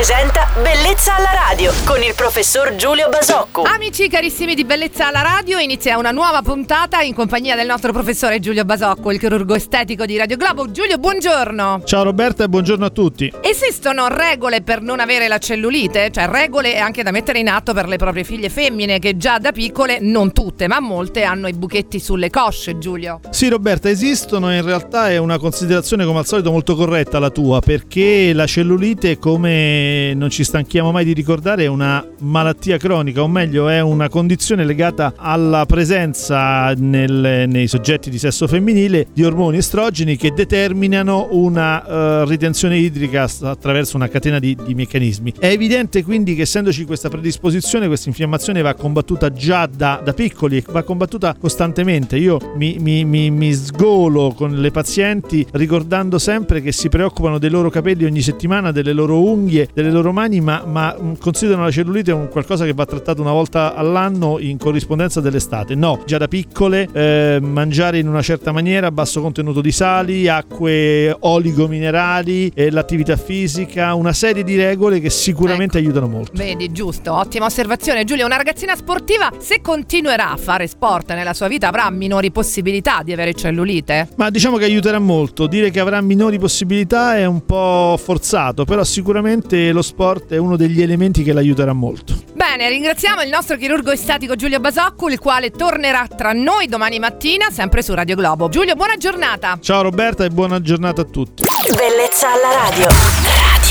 presenta Bellezza alla radio con il professor Giulio Basocco. Amici carissimi di Bellezza alla radio, inizia una nuova puntata in compagnia del nostro professore Giulio Basocco, il chirurgo estetico di Radio Globo. Giulio, buongiorno. Ciao Roberta e buongiorno a tutti. Esistono regole per non avere la cellulite? Cioè regole anche da mettere in atto per le proprie figlie femmine che già da piccole, non tutte ma molte, hanno i buchetti sulle cosce, Giulio. Sì Roberta, esistono e in realtà è una considerazione come al solito molto corretta la tua, perché la cellulite, come non ci stanchiamo mai di ricordare, è una malattia cronica, o meglio è una condizione legata alla presenza nei soggetti di sesso femminile di ormoni estrogeni che determinano una ritenzione idrica attraverso una catena di meccanismi. È evidente quindi che essendoci questa predisposizione, questa infiammazione va combattuta già da piccoli e va combattuta costantemente. Io mi sgolo con le pazienti ricordando sempre che si preoccupano dei loro capelli ogni settimana, delle loro unghie, delle loro mani, ma considerano la cellulite un qualcosa che va trattato una volta all'anno in corrispondenza dell'estate. No, già da piccole mangiare in una certa maniera, basso contenuto di sali, acque oligominerali, l'attività fisica, una serie di regole che sicuramente aiutano molto. Vedi, giusto, ottima osservazione. Giulia, una ragazzina sportiva, se continuerà a fare sport nella sua vita, avrà minori possibilità di avere cellulite? Ma diciamo che aiuterà molto. Dire che avrà minori possibilità è un po' forzato, però sicuramente lo sport è uno degli elementi che l'aiuterà molto. Bene, ringraziamo il nostro chirurgo estetico Giulio Basocco, il quale tornerà tra noi domani mattina sempre su Radio Globo. Giulio, buona giornata. Ciao Roberta e buona giornata a tutti. Bellezza alla radio.